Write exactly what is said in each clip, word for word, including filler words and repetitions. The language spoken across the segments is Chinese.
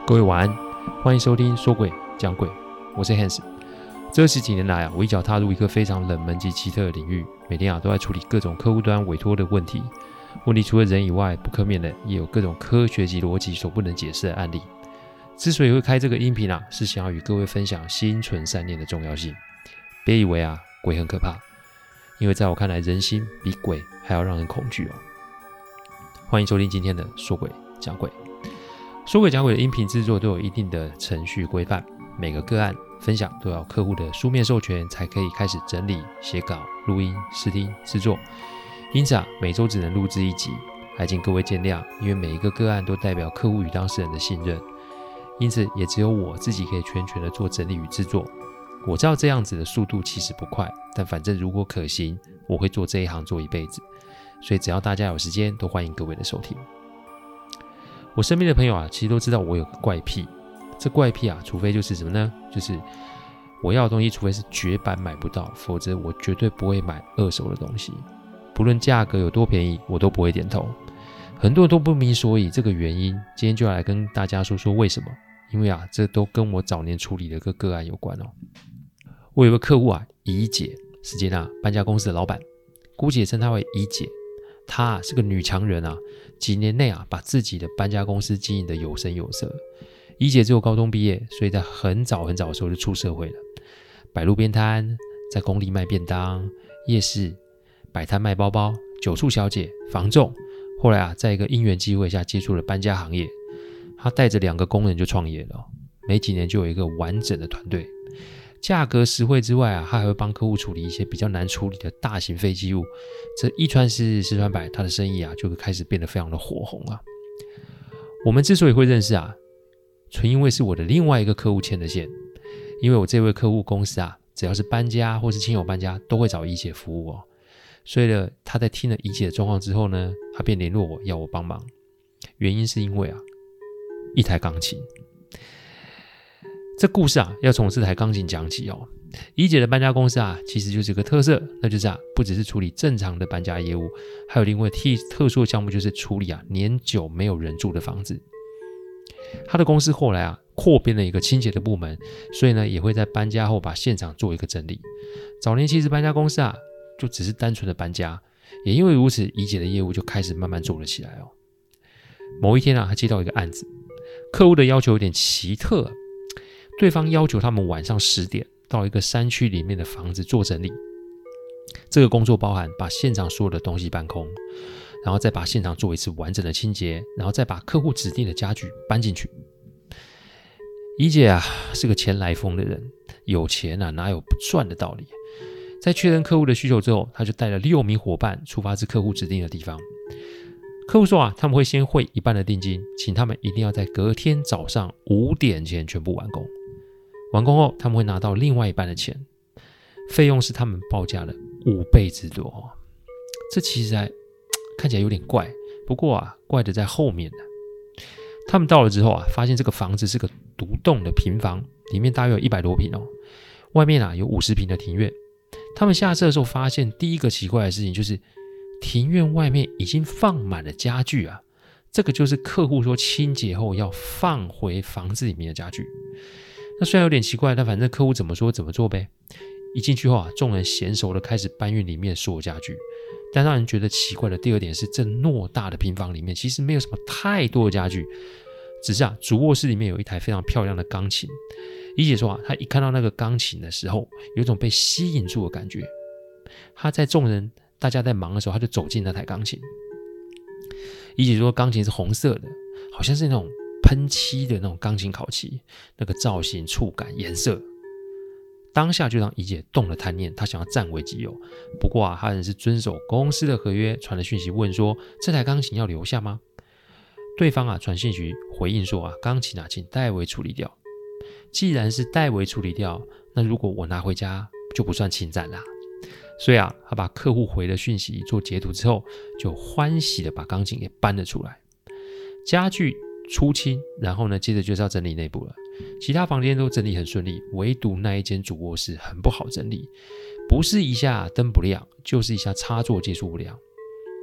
各位晚安，欢迎收听说鬼讲鬼，我是 Hans。这十几年来啊，我一脚踏入一个非常冷门及奇特的领域，每天啊都在处理各种客户端委托的问题。问题除了人以外，不可免的也有各种科学及逻辑所不能解释的案例。之所以会开这个音频啊，是想要与各位分享心存善念的重要性。别以为啊鬼很可怕，因为在我看来，人心比鬼还要让人恐惧哦。欢迎收听今天的说鬼讲鬼。说鬼讲鬼的音频制作都有一定的程序规范，每个个案分享都要客户的书面授权才可以开始整理、写稿、录音、试听、制作。因此啊，每周只能录制一集，还请各位见谅，因为每一个个案都代表客户与当事人的信任，因此也只有我自己可以全权的做整理与制作。我知道这样子的速度其实不快，但反正如果可行，我会做这一行做一辈子，所以只要大家有时间，都欢迎各位的收听。我身边的朋友啊，其实都知道我有个怪癖。这怪癖啊，除非就是什么呢？就是我要的东西，除非是绝版买不到，否则我绝对不会买二手的东西。不论价格有多便宜，我都不会点头。很多人都不明所以，这个原因，今天就来跟大家说说为什么。因为啊，这都跟我早年处理的一个个案有关哦。我有个客户啊，怡姐，是间啊搬家公司的老板，姑且称她为怡姐。她啊是个女强人啊，几年内啊把自己的搬家公司经营得有声有色。怡姐只有高中毕业，所以在很早很早的时候就出社会了，摆路边摊，在公立卖便当，夜市摆摊卖包包，酒促小姐，房仲。后来啊，在一个因缘机会下接触了搬家行业，她带着两个工人就创业了，没几年就有一个完整的团队。价格实惠之外啊，他还会帮客户处理一些比较难处理的大型废弃物。这一传十，十传百，他的生意啊就会开始变得非常的火红啊。我们之所以会认识啊，纯因为是我的另外一个客户牵的线。因为我这位客户公司啊，只要是搬家或是亲友搬家，都会找怡姐服务哦。所以呢，他在听了怡姐的状况之后呢，他便联络我要我帮忙。原因是因为啊，一台钢琴。这故事啊，要从这台钢琴讲起哦。怡姐的搬家公司啊，其实就是有个特色，那就是啊，不只是处理正常的搬家业务，还有另外特殊的项目，就是处理啊年久没有人住的房子。他的公司后来啊，扩编了一个清洁的部门，所以呢，也会在搬家后把现场做一个整理。早年其实搬家公司啊，就只是单纯的搬家，也因为如此，怡姐的业务就开始慢慢做了起来哦。某一天啊，他接到一个案子，客户的要求有点奇特。对方要求他们晚上十点到一个山区里面的房子做整理。这个工作包含把现场所有的东西搬空，然后再把现场做一次完整的清洁，然后再把客户指定的家具搬进去。怡姐啊是个钱来疯的人，有钱啊哪有不赚的道理。在确认客户的需求之后，他就带了六名伙伴出发至客户指定的地方。客户说啊，他们会先汇一半的定金，请他们一定要在隔天早上五点前全部完工。完工后，他们会拿到另外一半的钱，费用是他们报价的五倍之多。这其实还看起来有点怪，不过啊，怪的在后面呢。他们到了之后啊，发现这个房子是个独栋的平房，里面大约有一百多平哦，外面啊有五十平的庭院。他们下车的时候发现，第一个奇怪的事情就是庭院外面已经放满了家具啊，这个就是客户说清洁后要放回房子里面的家具。那虽然有点奇怪，但反正客户怎么说怎么做呗。一进去后啊，众人娴熟的开始搬运里面所有家具。但让人觉得奇怪的第二点是，这偌大的平房里面其实没有什么太多的家具，只是啊，主卧室里面有一台非常漂亮的钢琴。怡姐说啊，她一看到那个钢琴的时候，有一种被吸引住的感觉。她在众人大家在忙的时候，她就走进那台钢琴。怡姐说，钢琴是红色的，好像是那种喷漆的那种钢琴烤漆，那个造型、触感、颜色，当下就让怡姐动了贪念，她想要占为己有。不过啊，她仍是遵守公司的合约，传了讯息问说，这台钢琴要留下吗？对方啊传讯息回应说啊，钢琴啊请代为处理掉。既然是代为处理掉，那如果我拿回家就不算侵占啦。所以啊，他把客户回的讯息做截图之后，就欢喜的把钢琴给搬了出来。家具出清，然后呢，接着就是要整理内部了。其他房间都整理很顺利，唯独那一间主卧室很不好整理，不是一下灯不亮，就是一下插座接触不良。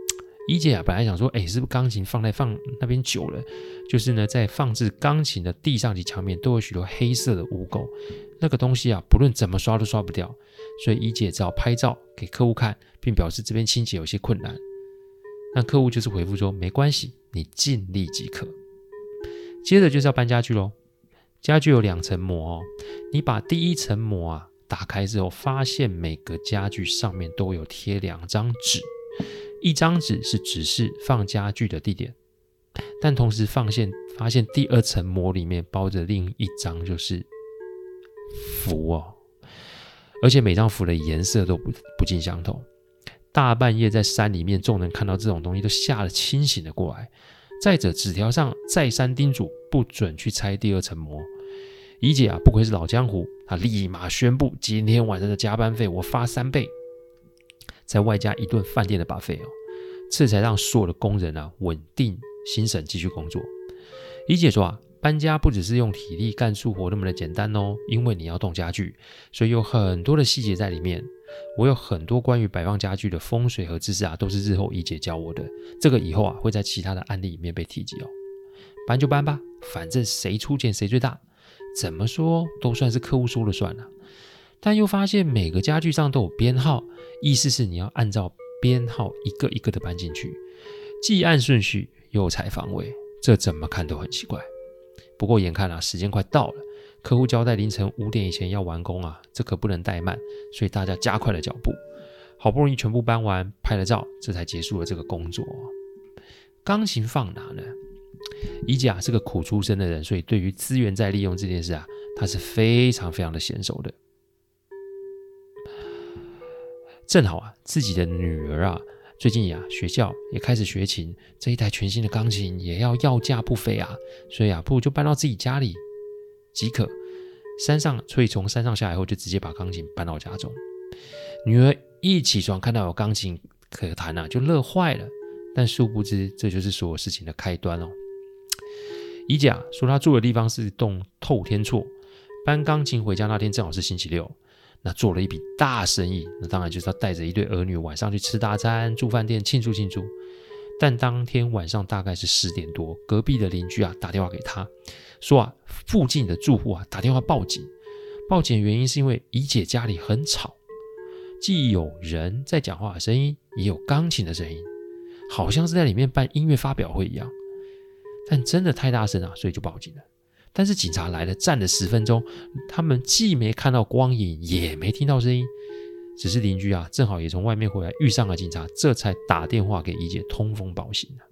一姐啊，本来想说，哎，是不是钢琴放在放那边久了，就是呢，在放置钢琴的地上及墙面都有许多黑色的污垢，那个东西啊，不论怎么刷都刷不掉，所以一姐只好拍照给客户看，并表示这边清洁有些困难。那客户就是回复说，没关系，你尽力即可。接着就是要搬家具咯。家具有两层膜哦，你把第一层膜啊打开之后，发现每个家具上面都有贴两张纸，一张纸是指示放家具的地点，但同时发现发现第二层膜里面包着另一张就是符哦，而且每张符的颜色都 不, 不尽相同。大半夜在山里面，众人看到这种东西都吓得清醒了过来。再者，纸条上再三叮嘱不准去拆第二层膜。怡姐啊，不愧是老江湖，她立马宣布今天晚上的加班费我发三倍，再外加一顿饭店的 buffet 哦，这才让所有的工人啊稳定心神继续工作。怡姐说啊，搬家不只是用体力干粗活那么的简单哦，因为你要动家具，所以有很多的细节在里面。我有很多关于摆放家具的风水和知识啊，都是日后怡姐教我的，这个以后啊会在其他的案例里面被提及哦。搬就搬吧，反正谁出钱谁最大，怎么说都算是客户说了算了。但又发现每个家具上都有编号，意思是你要按照编号一个一个的搬进去，既按顺序又采方位，这怎么看都很奇怪。不过眼看啊时间快到了，客户交代凌晨五点以前要完工啊，这可不能怠慢，所以大家加快了脚步。好不容易全部搬完，拍了照，这才结束了这个工作。钢琴放哪呢？怡姐啊是个苦出身的人，所以对于资源再利用这件事啊，她是非常非常的娴熟的。正好啊，自己的女儿啊，最近呀、啊、学校也开始学琴，这一台全新的钢琴也要要价不菲啊，所以啊，不如就搬到自己家里即可。山上，所以从山上下来后，就直接把钢琴搬到家中。女儿一起床看到有钢琴可弹啊，就乐坏了。但殊不知，这就是所有事情的开端哦。怡姐啊说，她住的地方是栋透天厝，搬钢琴回家那天正好是星期六，那做了一笔大生意，那当然就是要带着一对儿女晚上去吃大餐，住饭店庆祝庆祝。但当天晚上大概是十点多，隔壁的邻居啊打电话给她，说啊，附近的住户啊打电话报警，报警的原因是因为怡姐家里很吵，既有人在讲话的声音，也有钢琴的声音，好像是在里面办音乐发表会一样。但真的太大声啊，所以就报警了。但是警察来了，站了十分钟，他们既没看到光影，也没听到声音。只是邻居啊，正好也从外面回来，遇上了警察，这才打电话给怡姐通风报信了。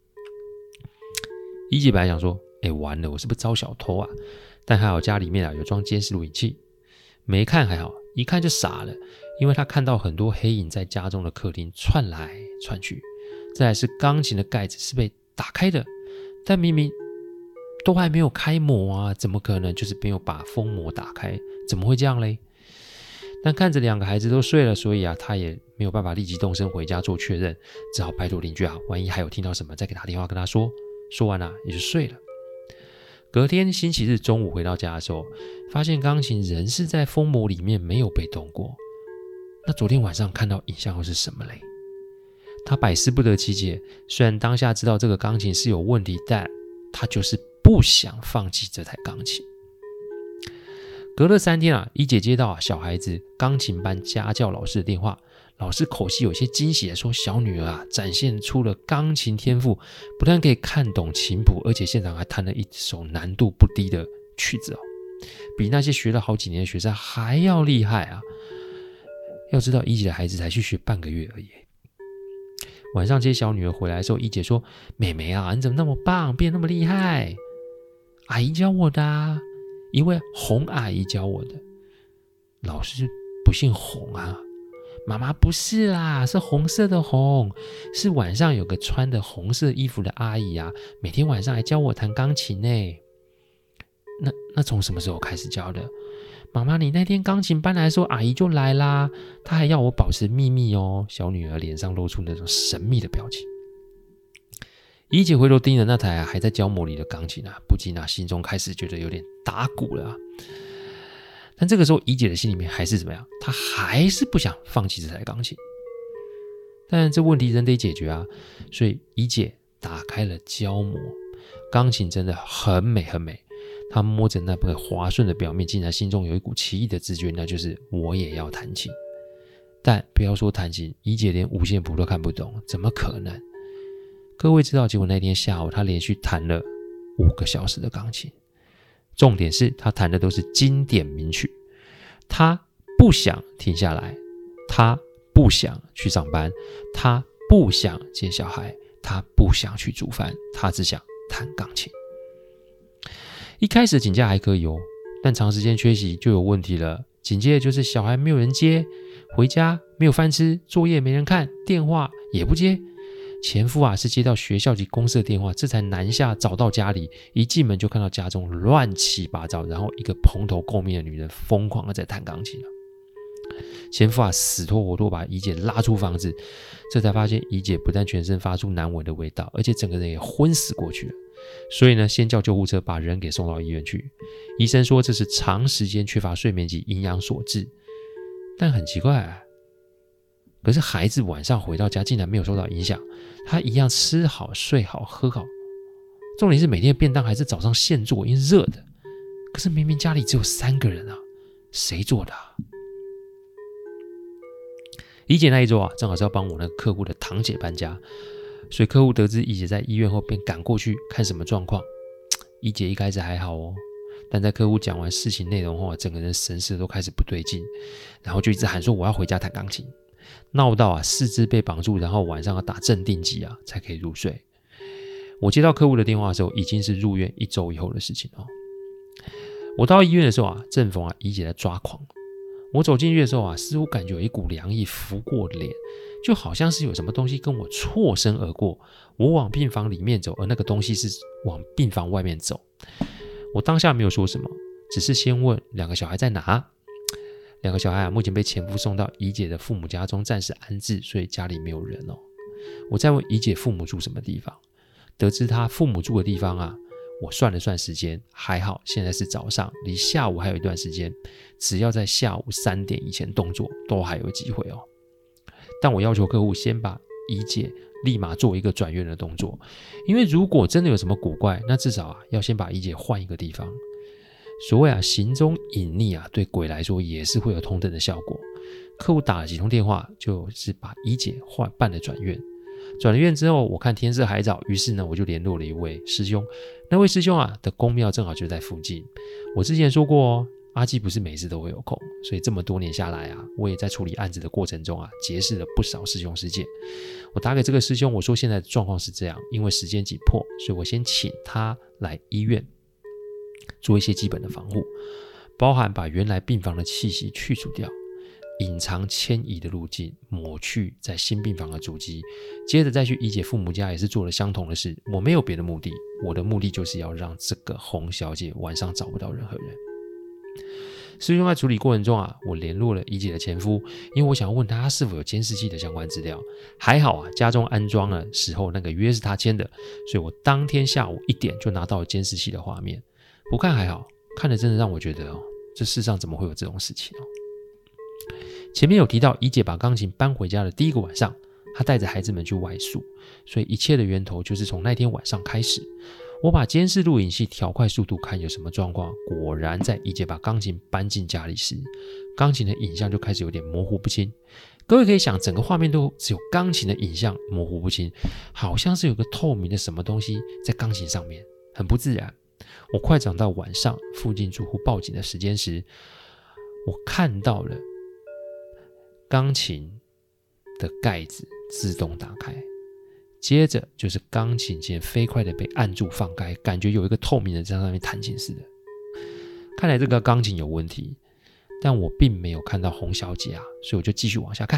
怡姐本来想说，哎，完了，我是不是遭小偷啊？但还好家里面啊有装监视录影器，没看还好，一看就傻了，因为她看到很多黑影在家中的客厅窜来窜去。再来是钢琴的盖子是被打开的，但明明都还没有开模啊，怎么可能就是没有把封膜打开？怎么会这样嘞？但看着两个孩子都睡了，所以啊，他也没有办法立即动身回家做确认，只好拜托邻居啊，万一还有听到什么，再给他电话跟他说。说完啊，也就睡了。隔天星期日中午回到家的时候，发现钢琴仍是在封膜里面，没有被动过。那昨天晚上看到影像又是什么嘞？他百思不得其解。虽然当下知道这个钢琴是有问题，但他就是不想放弃这台钢琴。隔了三天啊，怡姐接到、啊、小孩子钢琴班家教老师的电话，老师口气有些惊喜的说，小女儿啊展现出了钢琴天赋，不但可以看懂琴谱，而且现场还弹了一首难度不低的曲子哦，比那些学了好几年的学生还要厉害啊！要知道怡姐的孩子才去学半个月而已。晚上接小女儿回来的时候，怡姐说，妹妹啊，你怎么那么棒，变那么厉害？阿姨教我的啊，一位洪阿姨教我的。老师不姓洪啊。妈妈不是啦，是红色的红，是晚上有个穿的红色衣服的阿姨啊，每天晚上还教我弹钢琴呢。那那从什么时候开始教的？妈妈，你那天钢琴搬来的时候，阿姨就来啦，她还要我保持秘密哦。小女儿脸上露出那种神秘的表情。怡姐回头盯着那台、啊、还在胶膜里的钢琴啊，不禁啊心中开始觉得有点打鼓了啊。但这个时候怡姐的心里面还是怎么样？她还是不想放弃这台钢琴。 但这问题仍得解决啊，所以怡姐打开了胶膜，钢琴真的很美很美。她摸着那个滑顺的表面，竟然心中有一股奇异的直觉，那就是我也要弹琴。但不要说弹琴，怡姐连五线谱都看不懂，怎么可能？各位知道，结果那天下午她连续弹了五个小时的钢琴，重点是她弹的都是经典名曲。她不想停下来，她不想去上班，她不想接小孩，她不想去煮饭，她只想弹钢琴。一开始请假还可以哦，但长时间缺席就有问题了。紧接着就是小孩没有人接，回家没有饭吃，作业没人看，电话也不接。前夫啊是接到学校及公司的电话，这才南下找到家里，一进门就看到家中乱七八糟，然后一个蓬头垢面的女人疯狂的在弹钢琴了。前夫啊死拖活拖把怡姐拉出房子，这才发现怡姐不但全身发出难闻的味道，而且整个人也昏死过去了。所以呢，先叫救护车把人给送到医院去。医生说这是长时间缺乏睡眠及营养所致。但很奇怪啊，可是孩子晚上回到家竟然没有受到影响，他一样吃好睡好喝好。重点是每天的便当还是早上现做，因为热的。可是明明家里只有三个人啊，谁做的啊？怡姐那一周啊，正好是要帮我那个客户的堂姐搬家，所以客户得知怡姐在医院后，便赶过去看什么状况。怡姐一开始还好哦，但在客户讲完事情内容后啊，整个人神色都开始不对劲，然后就一直喊说我要回家弹钢琴，闹到啊四肢被绑住，然后晚上要打镇定剂啊才可以入睡。我接到客户的电话的时候，已经是入院一周以后的事情哦。我到医院的时候啊，正逢啊怡姐在抓狂。我走进去的时候啊，似乎感觉有一股凉意拂过脸，就好像是有什么东西跟我错身而过。我往病房里面走，而那个东西是往病房外面走。我当下没有说什么，只是先问两个小孩在哪。两个小孩啊，目前被前夫送到怡姐的父母家中暂时安置，所以家里没有人哦。我再问怡姐父母住什么地方，得知她父母住的地方啊，我算了算时间，还好现在是早上，离下午还有一段时间，只要在下午三点以前动作，都还有机会哦。但我要求客户先把怡姐立马做一个转院的动作，因为如果真的有什么古怪，那至少啊要先把怡姐换一个地方。所谓啊行踪隐匿啊，对鬼来说也是会有同等的效果。客户打了几通电话，就是把怡姐换办了转院。转了院之后，我看天色还早，于是呢我就联络了一位师兄。那位师兄啊的宫庙正好就在附近。我之前说过哦，阿基不是每次都会有空，所以这么多年下来啊，我也在处理案子的过程中啊，结识了不少师兄师姐。我打给这个师兄，我说现在的状况是这样，因为时间紧迫，所以我先请他来医院做一些基本的防护，包含把原来病房的气息去除掉，隐藏迁移的路径，抹去在新病房的足迹，接着再去怡姐父母家也是做了相同的事。我没有别的目的，我的目的就是要让这个洪小姐晚上找不到任何人。师兄在处理过程中啊，我联络了怡姐的前夫，因为我想要问他是否有监视器的相关资料。还好啊，家中安装了时候那个约是他签的，所以我当天下午一点就拿到了监视器的画面。不看还好，看了真的让我觉得哦，这世上怎么会有这种事情哦？前面有提到怡姐把钢琴搬回家的第一个晚上，她带着孩子们去外宿，所以一切的源头就是从那天晚上开始。我把监视录影器调快速度看有什么状况，果然在怡姐把钢琴搬进家里时，钢琴的影像就开始有点模糊不清。各位可以想，整个画面都只有钢琴的影像模糊不清，好像是有个透明的什么东西在钢琴上面，很不自然。我快转到晚上附近住户报警的时间时，我看到了钢琴的盖子自动打开，接着就是钢琴键飞快的被按住放开，感觉有一个透明的在上面弹琴似的。看来这个钢琴有问题，但我并没有看到洪小姐啊，所以我就继续往下看。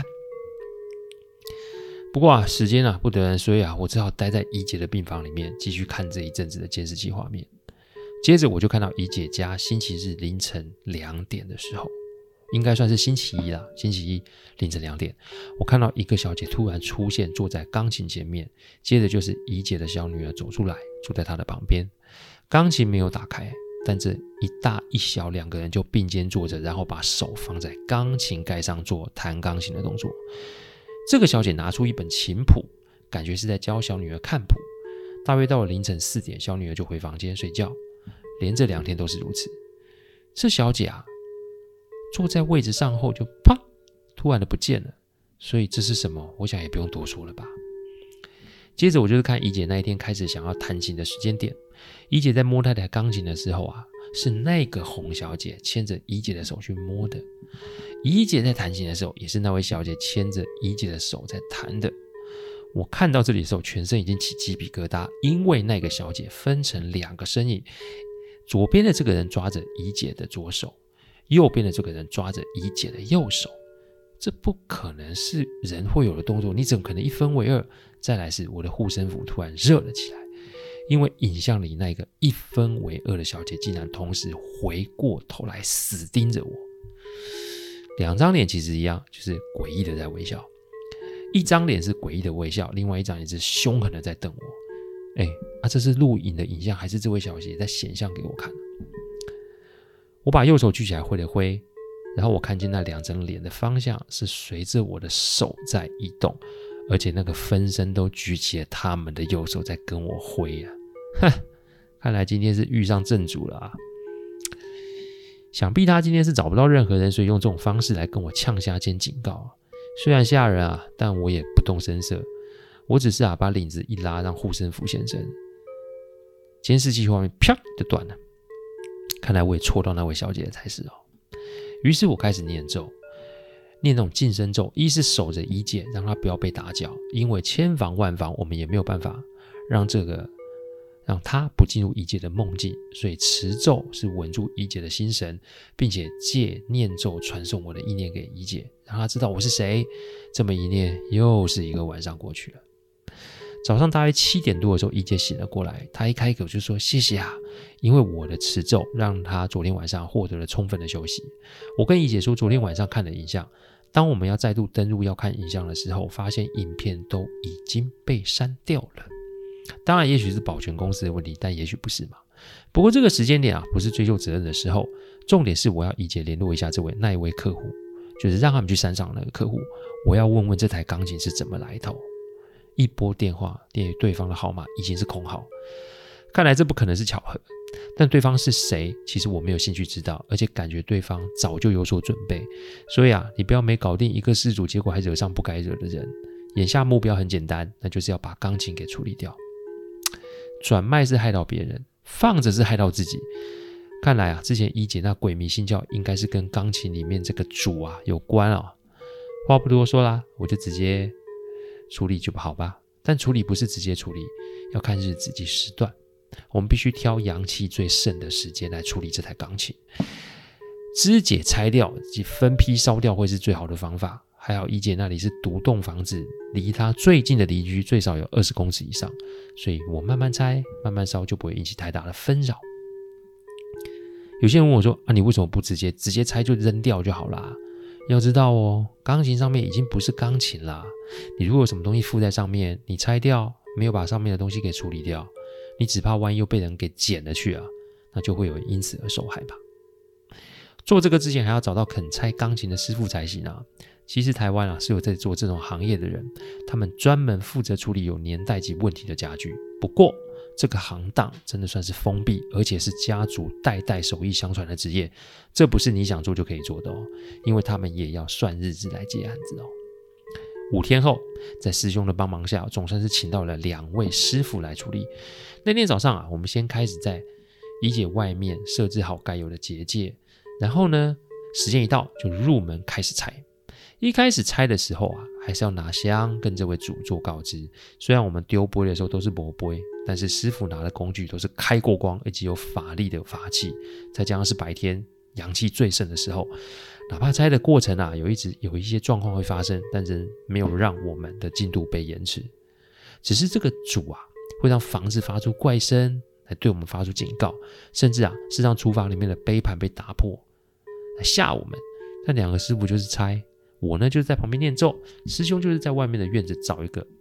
不过啊，时间啊不得人衰啊，我只好待在怡姐的病房里面继续看这一阵子的监视器画面。接着我就看到怡姐家星期日凌晨两点的时候，应该算是星期一啦，星期一凌晨两点，我看到一个小姐突然出现，坐在钢琴前面，接着就是怡姐的小女儿走出来，坐在她的旁边。钢琴没有打开，但这一大一小两个人就并肩坐着，然后把手放在钢琴盖上做弹钢琴的动作。 这个小姐拿出一本琴谱，感觉是在教小女儿看谱。大约到了凌晨四点，小女儿就回房间睡觉，连着两天都是如此。这小姐啊，坐在位置上后就啪，突然的不见了。所以这是什么？我想也不用多说了吧。接着我就是看怡姐那一天开始想要弹琴的时间点。怡姐在摸她的钢琴的时候啊，是那个洪小姐牵着怡姐的手去摸的。怡姐在弹琴的时候，也是那位小姐牵着怡姐的手在弹的。我看到这里的时候，全身已经起鸡皮疙瘩，因为那个小姐分成两个身影，左边的这个人抓着怡姐的左手，右边的这个人抓着怡姐的右手。这不可能是人会有的动作，你怎么可能一分为二？再来是我的护身符突然热了起来，因为影像里那个一分为二的小姐竟然同时回过头来死盯着我。两张脸其实一样，就是诡异的在微笑。一张脸是诡异的微笑，另外一张脸是凶狠的在瞪我。哎，啊，这是录影的影像，还是这位小姐在显像给我看？我把右手举起来挥了挥，然后我看见那两张脸的方向是随着我的手在移动，而且那个分身都举起了他们的右手在跟我挥啊！哼，看来今天是遇上正主了啊！想必他今天是找不到任何人，所以用这种方式来跟我呛下兼警告啊。虽然吓人啊，但我也不动声色。我只是啊把领子一拉，让护身符现身，监视器画面啪就断了。看来我也戳到那位小姐的才是哦。于是我开始念咒，念那种净身咒，一是守着怡姐，让她不要被打搅，因为千防万防我们也没有办法让这个让她不进入怡姐的梦境，所以持咒是稳住怡姐的心神，并且借念咒传送我的意念给怡姐，让她知道我是谁。这么一念，又是一个晚上过去了。早上大约七点多的时候，怡姐醒了过来，她一开口就说谢谢啊，因为我的持咒让她昨天晚上获得了充分的休息。我跟怡姐说昨天晚上看了影像，当我们要再度登入要看影像的时候，发现影片都已经被删掉了。当然也许是保全公司的问题，但也许不是嘛。不过这个时间点啊，不是追究责任的时候，重点是我要怡姐联络一下这位那一位客户，就是让他们去山上的那个客户，我要问问这台钢琴是怎么来头。一拨电话，对方的号码已经是空号，看来这不可能是巧合。但对方是谁，其实我没有兴趣知道，而且感觉对方早就有所准备。所以啊，你不要没搞定一个事主，结果还惹上不该惹的人。眼下目标很简单，那就是要把钢琴给处理掉。转卖是害到别人，放着是害到自己。看来啊，之前怡姐那鬼迷心窍，应该是跟钢琴里面这个主啊有关啊。话不多说啦，我就直接处理就好吧。但处理不是直接处理，要看日子及时段。我们必须挑阳气最盛的时间来处理这台钢琴。肢解拆掉及分批烧掉会是最好的方法。还好怡姐那里是独栋房子，离她最近的邻居最少有二十公尺以上，所以我慢慢拆慢慢烧就不会引起太大的纷扰。有些人问我说啊，你为什么不直接直接拆就扔掉就好啦？要知道哦，钢琴上面已经不是钢琴啦，你如果有什么东西附在上面，你拆掉没有把上面的东西给处理掉，你只怕万一又被人给捡了去啊，那就会有人因此而受害吧。做这个之前还要找到肯拆钢琴的师傅才行啊。其实台湾啊是有在做这种行业的人，他们专门负责处理有年代及问题的家具。不过这个行当真的算是封闭，而且是家族代代手艺相传的职业，这不是你想做就可以做的哦，因为他们也要算日子来接案子哦。五天后，在师兄的帮忙下，总算是请到了两位师傅来处理。那天早上啊，我们先开始在怡姐外面设置好该有的结界，然后呢，时间一到就入门开始拆。一开始拆的时候啊，还是要拿香跟这位主做告知。虽然我们丢杯的时候都是没杯，但是师傅拿的工具都是开过光以及有法力的法器，再加上是白天阳气最盛的时候，哪怕拆的过程啊有一直有一些状况会发生，但是没有让我们的进度被延迟。只是这个主啊会让房子发出怪声，来对我们发出警告，甚至啊是让厨房里面的杯盘被打破，来吓我们。但两个师傅就是拆。我呢就是在旁边念咒，师兄就是在外面的院子找一个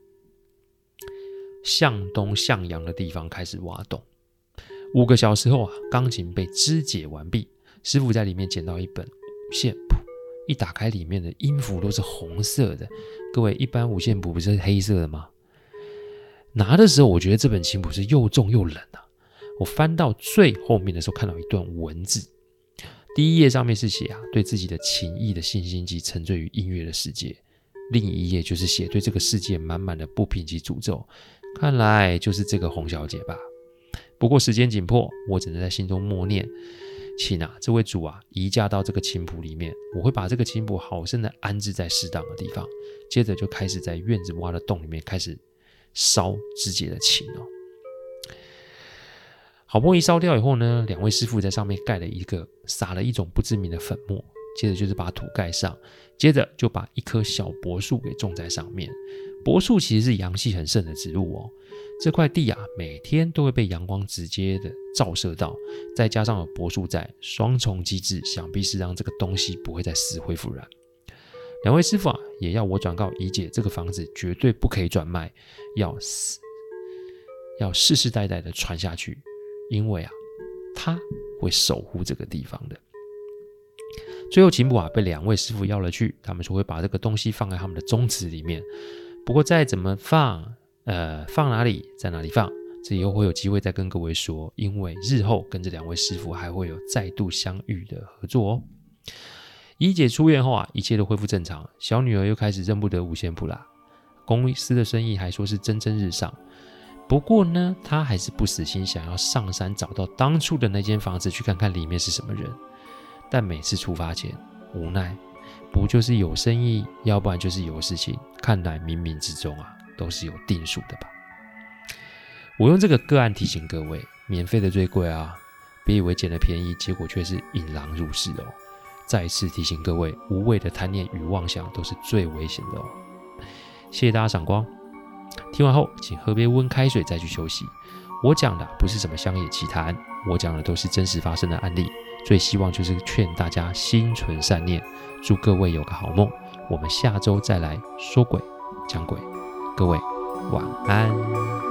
向东向阳的地方开始挖洞。五个小时后啊，钢琴被肢解完毕，师傅在里面捡到一本五线谱，一打开里面的音符都是红色的， 各位，一般五线谱不是黑色的吗？拿的时候，我觉得这本琴谱是又重又冷啊。我翻到最后面的时候，看到一段文字，第一页上面是写啊，对自己的琴艺的信心及沉醉于音乐的世界。另一页就是写对这个世界满满的不平及诅咒。看来就是这个洪小姐吧。不过时间紧迫，我只能在心中默念：请啊，这位主啊，移驾到这个琴谱里面，我会把这个琴谱好生的安置在适当的地方。接着就开始在院子挖的洞里面开始烧肢解的琴哦。好不容易烧掉以后呢，两位师傅在上面盖了一个撒了一种不知名的粉末，接着就是把土盖上，接着就把一棵小柏树给种在上面。柏树其实是阳气很盛的植物哦，这块地啊每天都会被阳光直接的照射到，再加上有柏树在，双重机制想必是让这个东西不会再死灰复燃。两位师傅啊也要我转告怡姐，这个房子绝对不可以转卖，要要世世代代的传下去，因为啊他会守护这个地方的。最后琴谱啊被两位师傅要了去，他们说会把这个东西放在他们的宗祠里面。不过再怎么放，呃，放哪里，在哪里放，这以后会有机会再跟各位说，因为日后跟这两位师傅还会有再度相遇的合作哦。怡姐出院后啊，一切都恢复正常，小女儿又开始认不得五线谱啦。公司的生意还说是蒸蒸日上，不过呢，她还是不死心，想要上山找到当初的那间房子，去看看里面是什么人。但每次出发前，无奈不就是有生意，要不然就是有事情，看来冥冥之中啊，都是有定数的吧。我用这个个案提醒各位，免费的最贵啊，别以为捡了便宜，结果却是引狼入室哦。再次提醒各位，无谓的贪念与妄想都是最危险的哦。谢谢大家赏光，听完后请喝杯温开水再去休息。我讲的不是什么乡野奇谈，我讲的都是真实发生的案例，最希望就是劝大家心存善念，祝各位有个好梦。我们下周再来说鬼讲鬼，各位晚安。